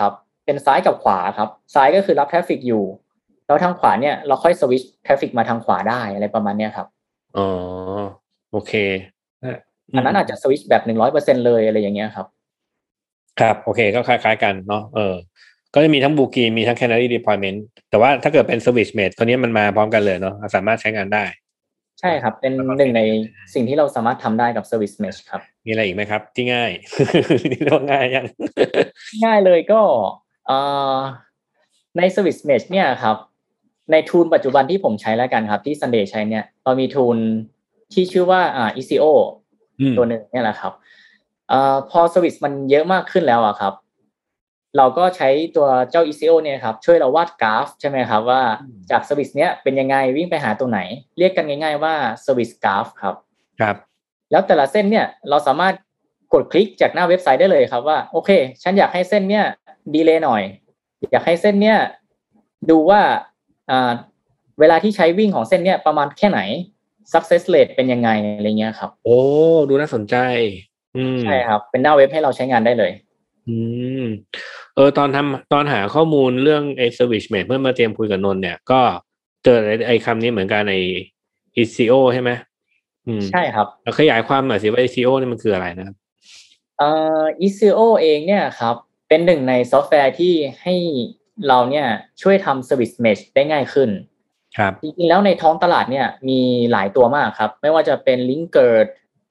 เป็นซ้ายกับขวาครับซ้ายก็คือรับทราฟฟิกอยู่แล้วทางขวาเนี่ยเราค่อยสวิตช์ทราฟฟิกมาทางขวาได้อะไรประมาณเนี้ยครับอ๋อโอเคอันนั้นอาจจะสวิตช์แบบ หนึ่งร้อยเปอร์เซ็นต์ เลยอะไรอย่างเงี้ยครับครับโอเคก็คล้ายๆกันเนาะเออก็จะมีทั้งบูกีมีทั้ง Canary Deployment แต่ว่าถ้าเกิดเป็น Switch Mesh ตัวนี้มันมาพร้อมกันเลยเนาะสามารถใช้งานได้ใช่ครับเป็นหนึ่งในสิ่งที่เราสามารถทำได้กับ Service Mesh ครับมีอะไรอีกไหมครับที่ง่าย ที่เรียกว่าง่ายยังง่ายเลยก็เอ่อใน Service Mesh เนี่ยครับในทูลปัจจุบันที่ผมใช้แล้วกันครับที่ Sunday ใช้เนี่ยเรามีทูลที่ชื่อว่าอ่า อี ซี โอ ตัวหนึ่งเนี่ยแหละครับเอ่อพอ Service มันเยอะมากขึ้นแล้วอะครับเราก็ใช้ตัวเจ้า อี ซี โอ เนี่ยครับช่วยเราวาดกราฟใช่ไหมครับว่าจาก Service เนี้ยเป็นยังไงวิ่งไปหาตัวไหนเรียกกันง่ายๆว่า Service Graph ครับครับแล้วแต่ละเส้นเนี่ยเราสามารถกดคลิกจากหน้าเว็บไซต์ได้เลยครับว่าโอเคฉันอยากให้เส้นเนี้ยดีเลย์หน่อยอยากให้เส้นเนี้ยดูว่าอ่าเวลาที่ใช้วิ่งของเส้นเนี้ยประมาณแค่ไหน success rate เป็นยังไงอะไรเงี้ยครับโอ้ดูน่าสนใจอืมใช่ครับเป็นหน้าเว็บให้เราใช้งานได้เลยอืมเออตอนทำตอนหาข้อมูลเรื่องไอ้ Service Mesh เพื่อมาเตรียมคุยกับนนท์เนี่ยก็เจอไอ้คำนี้เหมือนกันใน อี ซี โอ ใช่ไหมอืมใช่ครับแล้วขยายความหน่อยสิว่า อี ซี โอ นี่มันคืออะไรนะครับเอ่อ อี ซี โอ เองเนี่ยครับเป็นหนึ่งในซอฟต์แวร์ที่ให้เราเนี่ยช่วยทำ Service Mesh ได้ง่ายขึ้นครับจริงๆแล้วในท้องตลาดเนี่ยมีหลายตัวมากครับไม่ว่าจะเป็น Linkerd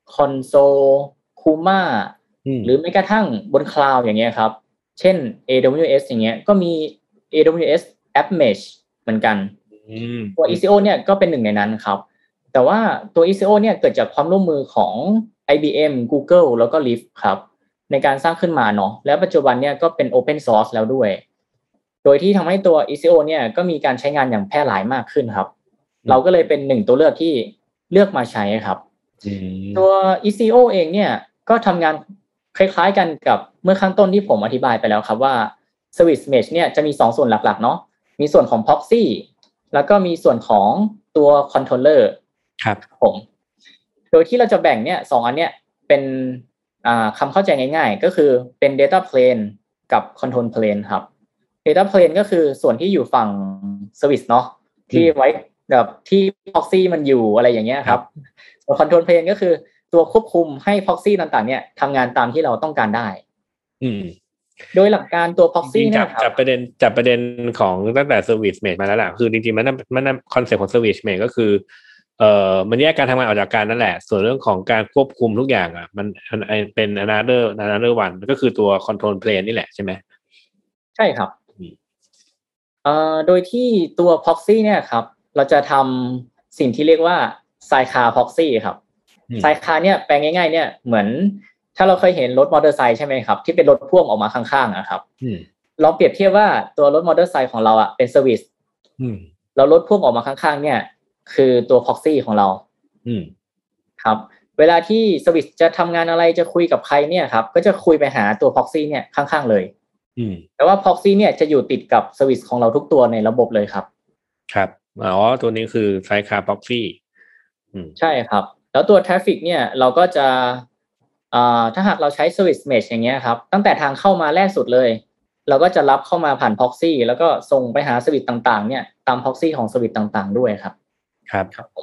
Console Kuma หรือแม้กระทั่งบนคลาวด์อย่างเงี้ยครับเช่น เอ ดับเบิลยู เอส อย่างเงี้ยก็มี เอ ดับเบิลยู เอส App Mesh เหมือนกันตัว อี ซี โอ เนี่ยก็เป็นหนึ่งในนั้นครับแต่ว่าตัว อี ซี โอ เนี่ยเกิดจากความร่วมมือของ ไอ บี เอ็ม Google แล้วก็ Lyft ครับในการสร้างขึ้นมาเนาะแล้วปัจจุบันเนี่ยก็เป็น Open Source แล้วด้วยโดยที่ทำให้ตัว อี ซี โอ เนี่ยก็มีการใช้งานอย่างแพร่หลายมากขึ้นครับเราก็เลยเป็นหนึ่งตัวเลือกที่เลือกมาใช้ครับตัว อี ซี โอ เองเนี่ยก็ทำงานคล้ายๆกันกับเมื่อข้างต้นที่ผมอธิบายไปแล้วครับว่า Service Mesh เนี่ยจะมีสองส่วนหลักๆเนาะมีส่วนของ Proxy แล้วก็มีส่วนของตัว Controller ครับผมโดยที่เราจะแบ่งเนี่ยสองอันเนี่ยเป็นอ่าคำเข้าใจง่ายๆก็คือเป็น Data Plane กับ Control Plane ครับ Data Plane ก็คือส่วนที่อยู่ฝั่ง Service เนาะที่ไว้แบบที่ Proxy มันอยู่อะไรอย่างเงี้ยครับส่วน Control Plane ก็คือตัวควบคุมให้ Proxy ต่างๆเนี่ยทำงานตามที่เราต้องการได้อืมโดยหลักการตัว Proxy เนี่ยครับจับประเด็นจับประเด็นของตั้งแต่ Service Mesh มาแล้วล่ะคือจริงๆมันมันคอนเซ็ปต์ของ Service Mesh ก็คือเอ่อมันแยกการทำงานออกจากกันนั่นแหละส่วนเรื่องของการควบคุมทุกอย่างอ่ะมันเป็น another another one ก็คือตัว control plane นี่แหละใช่ไหมใช่ครับเอ่อโดยที่ตัว proxy เนี่ยครับเราจะทำสิ่งที่เรียกว่า sidecar proxy ครับ sidecar เนี่ยแปลงง่ายๆเนี่ยเหมือนถ้าเราเคยเห็นรถมอเตอร์ไซค์ใช่ไหมครับที่เป็นรถพ่วงออกมาข้างๆอะครับลองเปรียบเทียบว่าตัวรถมอเตอร์ไซค์ของเราอ่ะเป็น service แล้วรถพ่วงออกมาข้างๆเนี่ยคือตัว proxy ของเราครับเวลาที่ service จะทำงานอะไรจะคุยกับใครเนี่ยครับก็จะคุยไปหาตัว proxy เนี่ยข้างๆเลยแต่ว่า proxy เนี่ยจะอยู่ติดกับ service ของเราทุกตัวในระบบเลยครับครับอ๋อตัวนี้คือ sidecar proxy ใช่ครับแล้วตัว traffic เนี่ยเราก็จะอ่าถ้าหากเราใช้ service mesh อย่างเงี้ยครับตั้งแต่ทางเข้ามาแรกสุดเลยเราก็จะรับเข้ามาผ่าน proxy แล้วก็ส่งไปหา service ต่างๆเนี่ยตาม proxy ของ service ต่างๆด้วยครับครับครับผม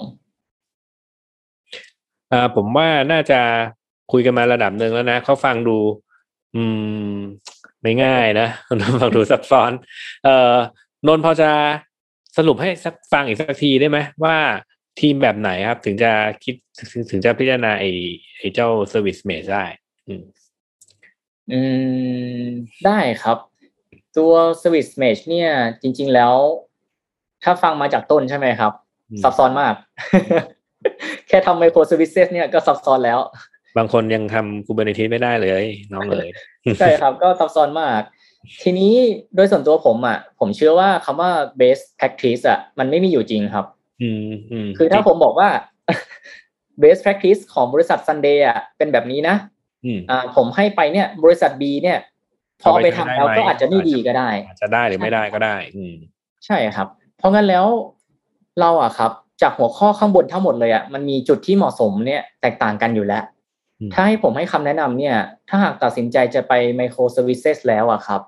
อ่าผมว่าน่าจะคุยกันมาระดับหนึ่งแล้วนะเขาฟังดูอืมไม่ง่ายนะฟังดูซับซ้อนเอ่อนนท์พอจะสรุปให้สักฟังอีกสักทีได้ไหมว่าทีมแบบไหนครับถึงจะคิดถึงจะพิจารณาไอ้ไอ้เจ้า Service Mesh ได้อืมอืมได้ครับตัว Service Mesh เนี่ยจริงๆแล้วถ้าฟังมาจากต้นใช่ไหมครับซับซ้อนมากแค่ทำ Micro Services เนี่ยก็ซับซ้อนแล้วบางคนยังทำ Kubernetes ไม่ได้เลยน้องเลยใช่ครับก็ซับซ้อนมากทีนี้โดยส่วนตัวผมอ่ะผมเชื่อว่าคำว่า best practice อ่ะมันไม่มีอยู่จริงครับอืมอืมคือถ้าผมบอกว่า best practice ของบริษัท Sunday อ่ะเป็นแบบนี้นะอ่าผมให้ไปเนี่ยบริษัท B เนี่ยพอไปทำแล้วก็อาจจะไม่ดีก็ได้อาจจะได้หรือไม่ได้ก็ได้อืมใช่ครับเพราะงั้นแล้วเราอ่ะครับจากหัวข้อข้างบนทั้งหมดเลยอ่ะมันมีจุดที่เหมาะสมเนี่ยแตกต่างกันอยู่แล้วถ้าให้ผมให้คำแนะนำเนี่ยถ้าหากตัดสินใจจะไป micro services แล้วอ่ะครับ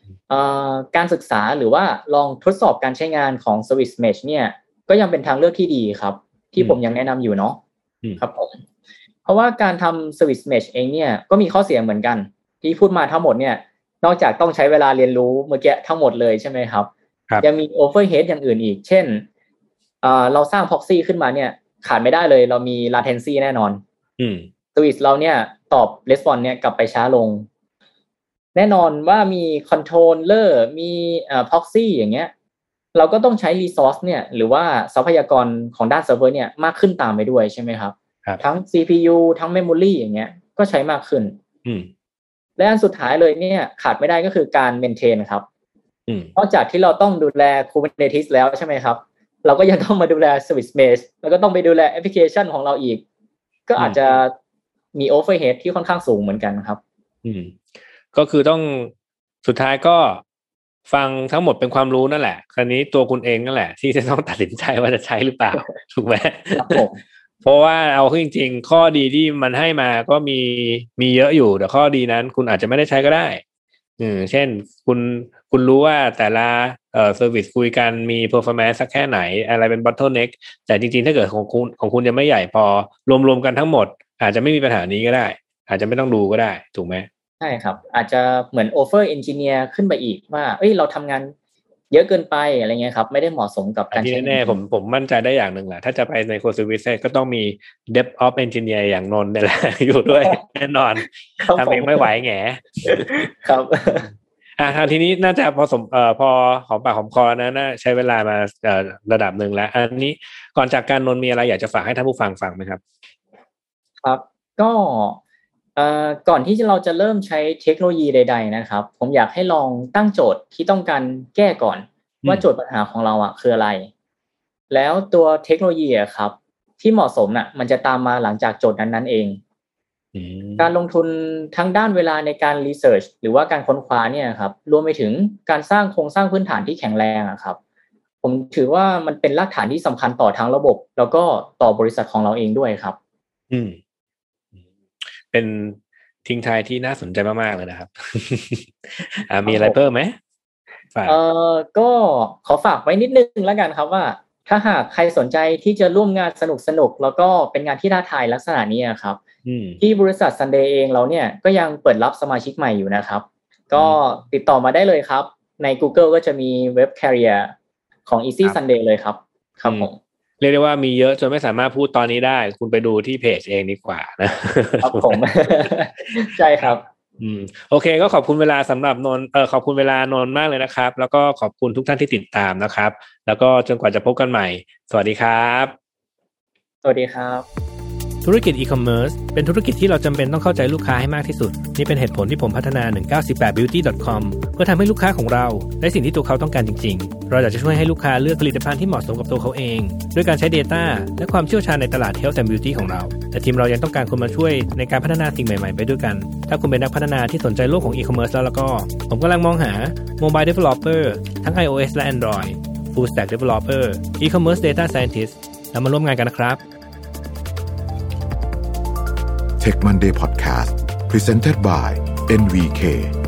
การศึกษาหรือว่าลองทดสอบการใช้งานของ Service Mesh เนี่ยก็ยังเป็นทางเลือกที่ดีครับที่ผมยังแนะนำอยู่เนาะครับผมเพราะว่าการทำ Service Mesh เองเนี่ยก็มีข้อเสียเหมือนกันที่พูดมาทั้งหมดเนี่ยนอกจากต้องใช้เวลาเรียนรู้เมื่อกี้ทั้งหมดเลยใช่ไหมครับยังมี overhead อย่างอื่นอีกเช่นเราสร้าง proxy ขึ้นมาเนี่ยขาดไม่ได้เลยเรามี latency แน่นอนService เราเนี่ยตอบ response เนี่ยกลับไปช้าลงแน่นอนว่ามี controller มีเอ่อ proxy อย่างเงี้ยเราก็ต้องใช้ resource เนี่ยหรือว่าทรัพยากรของด้านเซิร์ฟเวอร์เนี่ยมากขึ้นตามไปด้วยใช่ไหมครับทั้ง ซี พี ยู ทั้ง memory อย่างเงี้ยก็ใช้มากขึ้นและอันสุดท้ายเลยเนี่ยขาดไม่ได้ก็คือการ maintain ครับนอกจากที่เราต้องดูแล Kubernetes แล้วใช่ไหมครับเราก็ยังต้องมาดูแล Service Mesh แล้วก็ต้องไปดูแลแอปพลิเคชันของเราอีกก็อาจจะมี overhead ที่ค่อนข้างสูงเหมือนกันครับอืมก็คือต้องสุดท้ายก็ฟังทั้งหมดเป็นความรู้นั่นแหละคราวนี้ตัวคุณเองนั่นแหละที่จะต้องตัดสินใจว่าจะใช้หรือเปล่า ถูกไหมครับผมเพราะว่าเอาจริงๆข้อดีที่มันให้มาก็มีมีเยอะอยู่แต่ข้อดีนั้นคุณอาจจะไม่ได้ใช้ก็ได้อืมเช่นคุณคุณรู้ว่าแต่ละเอ่อเซอร์วิสคุยกันมี performance สักแค่ไหนอะไรเป็น bottleneck แต่จริงๆถ้าเกิดของคุณของคุณยังไม่ใหญ่พอรวมๆกันทั้งหมดอาจจะไม่มีปัญหานี้ก็ได้อาจจะไม่ต้องดูก็ได้ถูกไหมใช่ครับอาจจะเหมือน over engineer ขึ้นไปอีกว่าเอ้ยเราทำงานเยอะเกินไปอะไรเงี้ยครับไม่ได้เหมาะสมกับการใช้แน่ๆผมผมมั่นใจได้อย่างหนึ่งแหละถ้าจะไปใน core service ก็ต้องมี DevOps engineer อย่างนนท์นี่แหละอยู่ด้วยแน่นอนทำเองไม่ไหวแง่ครับอ่ะทีนี้น่าจะพอสมเอ่อพอหอมปากหอมคอนะน่าใช้เวลามาเอ่อระดับหนึ่งแล้วอันนี้ก่อนจากการนนท์มีอะไรอยากจะฝากให้ท่านผู้ฟังฟังไหมครับครับก็เอ่อก่อนที่เราจะเริ่มใช้เทคโนโลยีใดๆนะครับผมอยากให้ลองตั้งโจทย์ที่ต้องการแก้ก่อนว่าโจทย์ปัญหาของเราอ่ะคืออะไรแล้วตัวเทคโนโลยีอ่ะครับที่เหมาะสมน่ะมันจะตามมาหลังจากโจทย์นั้นๆเองการลงทุนทั้งด้านเวลาในการรีเสิร์ชหรือว่าการค้นคว้าเนี่ยครับรวมไปถึงการสร้างโครงสร้างพื้นฐานที่แข็งแรงอ่ะครับผมถือว่ามันเป็นรากฐานที่สำคัญต่อทั้งระบบแล้วก็ต่อบริษัทของเราเองด้วยครับอืมเป็นทิ้งท้ายที่น่าสนใจมากๆเลยนะครับ อ่ามีอะไรเพิ่มไหมเอ่อก็ขอฝากไว้นิดนึงแล้วกันครับว่าถ้าหากใครสนใจที่จะร่วมงานสนุกๆแล้วก็เป็นงานที่ท้าทายลักษณะนี้ครับที่บริษัท Sunday เองเราเนี่ยก็ยังเปิดรับสมาชิกใหม่อยู่นะครับก็ติดต่อมาได้เลยครับใน Google ก็จะมีเว็บ Career ของ Easy Sunday เลยครับครับผมเรียกได้ว่ามีเยอะจนไม่สามารถพูดตอนนี้ได้คุณไปดูที่เพจเองดีกว่านะครับผมใช่ครับอืมโอเคก็ขอบคุณเวลาสำหรับนนเอ่อขอบคุณเวลานนมากเลยนะครับแล้วก็ขอบคุณทุกท่านที่ติดตามนะครับแล้วก็จนกว่าจะพบกันใหม่สวัสดีครับสวัสดีครับธุรกิจอีคอมเมิร์ซเป็นธุรกิจที่เราจำเป็นต้องเข้าใจลูกค้าให้มากที่สุดนี่เป็นเหตุผลที่ผมพัฒนาหนึ่งเก้าสี่แปด บิวตี้ ดอท คอม เพื่อทำให้ลูกค้าของเราได้สิ่งที่ตัวเขาต้องการจริงๆเราอยากจะช่วยให้ลูกค้าเลือกผลิตภัณฑ์ที่เหมาะสมกับตัวเขาเองด้วยการใช้ data และความเชี่ยวชาญในตลาด Health and Beauty ของเราแต่ทีมเรายังต้องการคนมาช่วยในการพัฒนาสิ่งใหม่ๆไปด้วยกันถ้าคุณเป็นนักพัฒนาที่สนใจโลกของอีคอมเมิร์ซแล้วก็ผมกำลังมองหา Mobile Developer ทั้ง iOS และ Android Full Stack Developer E-commerce Data Scientist แล้วมาร่วมงานกันนะครับ Tech Monday Podcast Presented by เอ็น วี เค